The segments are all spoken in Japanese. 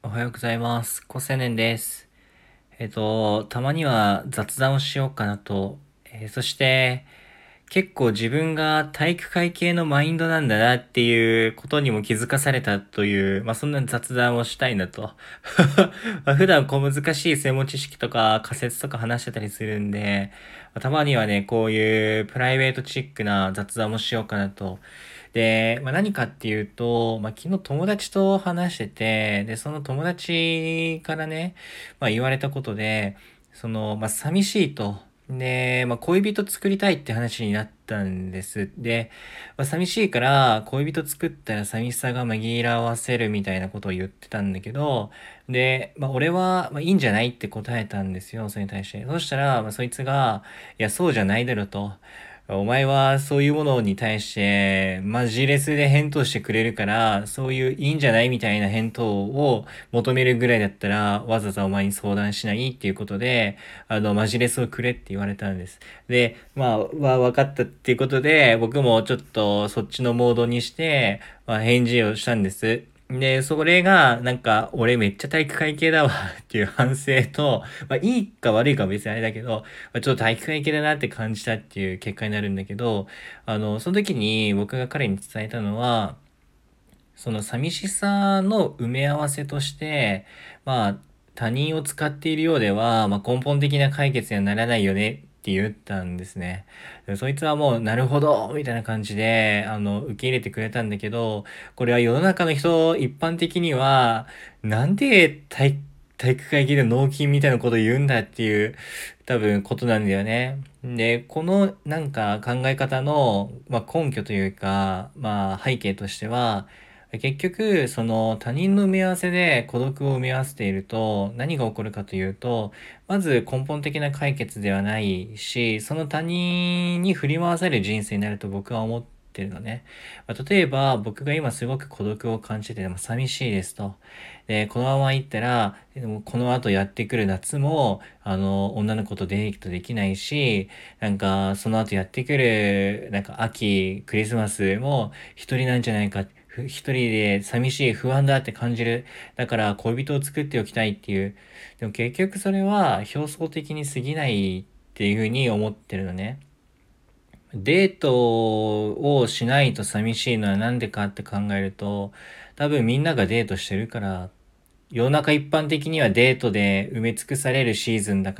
おはようございます。高青年です。たまには雑談をしようかなと。そして、結構自分が体育会系のマインドなんだなっていうことにも気づかされたという、そんな雑談をしたいなと。普段小難しい専門知識とか仮説とか話してたりするんで、たまにはね、こういうプライベートチックな雑談もしようかなと。で、何かっていうと、昨日友達と話してて、で、その友達からね、言われたことで、寂しいと。で、恋人作りたいって話になったんです。で、寂しいから恋人作ったら寂しさが紛らわせるみたいなことを言ってたんだけど、で、俺は、いいんじゃないって答えたんですよ、それに対して。そしたら、そいつが、いや、そうじゃないだろと。お前はそういうものに対して、マジレスで返答してくれるから、そういういいんじゃないみたいな返答を求めるぐらいだったら、わざわざお前に相談しないっていうことで、マジレスをくれって言われたんです。で、分かったっていうことで、僕もちょっとそっちのモードにして、返事をしたんです。で、それが、俺めっちゃ体育会系だわっていう反省と、いいか悪いかは別にあれだけど、ちょっと体育会系だなって感じたっていう結果になるんだけど、その時に僕が彼に伝えたのは、その寂しさの埋め合わせとして、他人を使っているようでは、根本的な解決にはならないよねって言ったんですね。そいつはもう、なるほどみたいな感じで、受け入れてくれたんだけど、これは世の中の人、一般的には、なんで体育会系で納金みたいなこと言うんだっていう、多分ことなんだよね。で、この考え方の、根拠というか、背景としては、結局、その他人の埋め合わせで孤独を埋め合わせていると何が起こるかというと、まず根本的な解決ではないし、その他人に振り回される人生になると僕は思ってるのね。例えば僕が今すごく孤独を感じてても寂しいですと。で、このまま行ったら、でもこの後やってくる夏も、女の子とデートできないし、その後やってくる、秋、クリスマスも一人なんじゃないか、一人で寂しい、不安だって感じる。だから恋人を作っておきたいっていう。でも結局それは表層的に過ぎないっていうふうに思ってるのね。デートをしないと寂しいのはなんでかって考えると、多分みんながデートしてるから、世の中一般的にはデートで埋め尽くされるシーズンだから、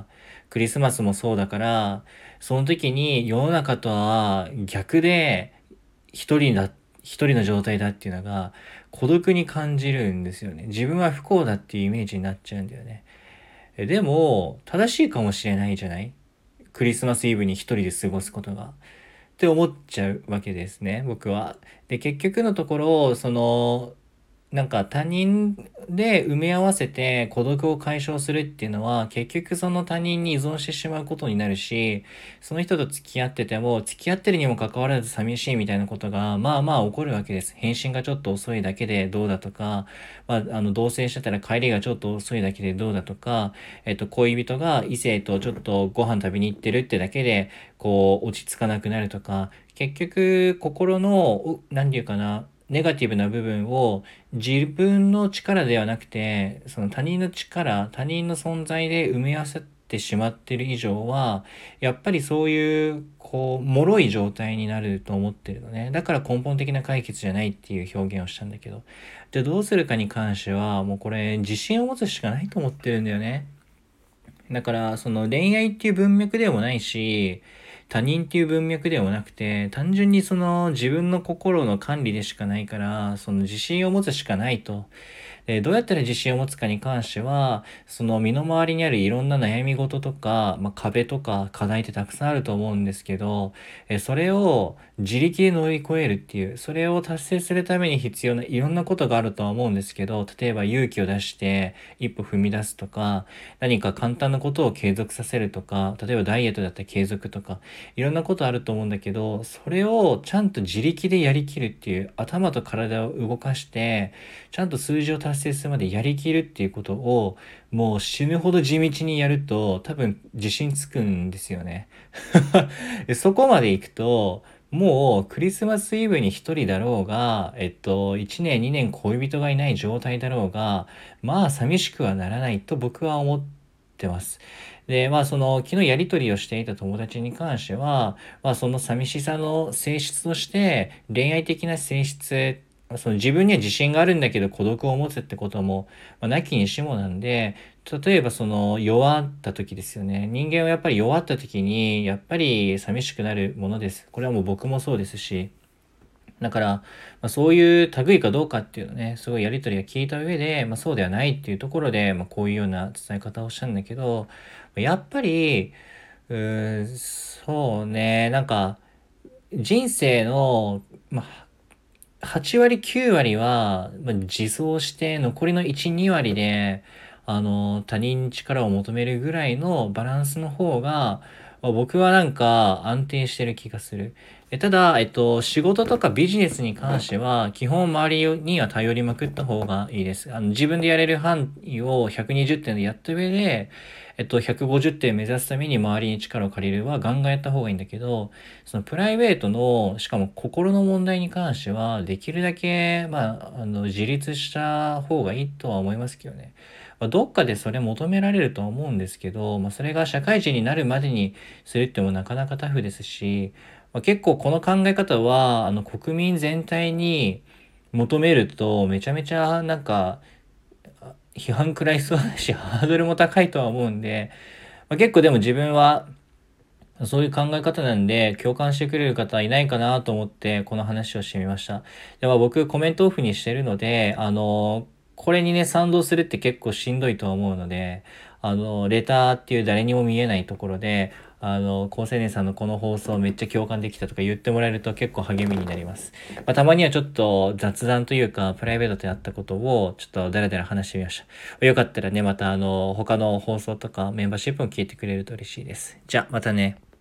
クリスマスもそうだから、その時に世の中とは逆で一人だ、一人の状態だっていうのが孤独に感じるんですよね。自分は不幸だっていうイメージになっちゃうんだよね。でも、正しいかもしれないじゃない？クリスマスイブに一人で過ごすことが。って思っちゃうわけですね、僕は。で、結局のところ、他人で埋め合わせて孤独を解消するっていうのは結局その他人に依存してしまうことになるし、その人と付き合ってても付き合ってるにもかかわらず寂しいみたいなことが起こるわけです。返信がちょっと遅いだけでどうだとか、同棲してたら帰りがちょっと遅いだけでどうだとか、恋人が異性とちょっとご飯食べに行ってるってだけでこう落ち着かなくなるとか、結局心の、何て言うかな、ネガティブな部分を自分の力ではなくて、その他人の力、他人の存在で埋め合わせてしまっている以上は、やっぱりそういう、脆い状態になると思ってるのね。だから根本的な解決じゃないっていう表現をしたんだけど。じゃあどうするかに関しては、もうこれ自信を持つしかないと思ってるんだよね。だから、その恋愛っていう文脈でもないし、他人っていう文脈でもなくて、単純にその自分の心の管理でしかないから、その自信を持つしかないと。どうやったら自信を持つかに関しては、その身の回りにあるいろんな悩み事とか、壁とか課題ってたくさんあると思うんですけど、それを自力で乗り越えるっていう、それを達成するために必要ないろんなことがあるとは思うんですけど、例えば勇気を出して一歩踏み出すとか、何か簡単なことを継続させるとか、例えばダイエットだったら継続とか、いろんなことあると思うんだけど、それをちゃんと自力でやりきるっていう、頭と体を動かして、ちゃんと数字を達成するまでやりきるっていうことを、もう死ぬほど地道にやると、多分自信つくんですよね。でそこまで行くと、 もうクリスマスイブに一人だろうが、1年2年恋人がいない状態だろうが、まあ寂しくはならないと僕は思ってます。で、まあその昨日やりとりをしていた友達に関しては、まあその寂しさの性質として恋愛的な性質、その自分には自信があるんだけど孤独を持つってことも、まあ、なきにしもなんで、例えばその弱った時ですよね。人間はやっぱり弱った時に、やっぱり寂しくなるものです。これはもう僕もそうですし。だから、まあ、そういう類かどうかっていうのね、すごいやりとりが聞いた上で、まあそうではないっていうところで、まあこういうような伝え方をしたんだけど、やっぱり、そうね、なんか、人生の、まあ、8割9割は、まあ、自走して残りの1、2割で、他人に力を求めるぐらいのバランスの方が、まあ僕はなんか安定してる気がする。ただ、仕事とかビジネスに関しては、基本周りには頼りまくった方がいいです。自分でやれる範囲を120点でやった上で、150点目指すために周りに力を借りるはガンガンやった方がいいんだけど、そのプライベートの、しかも心の問題に関しては、できるだけ、まあ、自立した方がいいとは思いますけどね。まあ、どっかでそれ求められるとは思うんですけど、まあ、それが社会人になるまでにするってもなかなかタフですし、まあ、結構この考え方は、国民全体に求めると、めちゃめちゃ、なんか、批判食らいそうだし、ハードルも高いとは思うんで、まあ、結構でも自分は、そういう考え方なんで、共感してくれる方いないかなと思って、この話をしてみました。では僕、コメントオフにしてるので、これにね、賛同するって結構しんどいとは思うので、レターっていう誰にも見えないところで、高青年さんのこの放送めっちゃ共感できたとか言ってもらえると結構励みになります。まあ、たまにはちょっと雑談というか、プライベートであったことを、ちょっとだらだら話してみました。よかったらね、また他の放送とかメンバーシップも聞いてくれると嬉しいです。じゃあ、またね。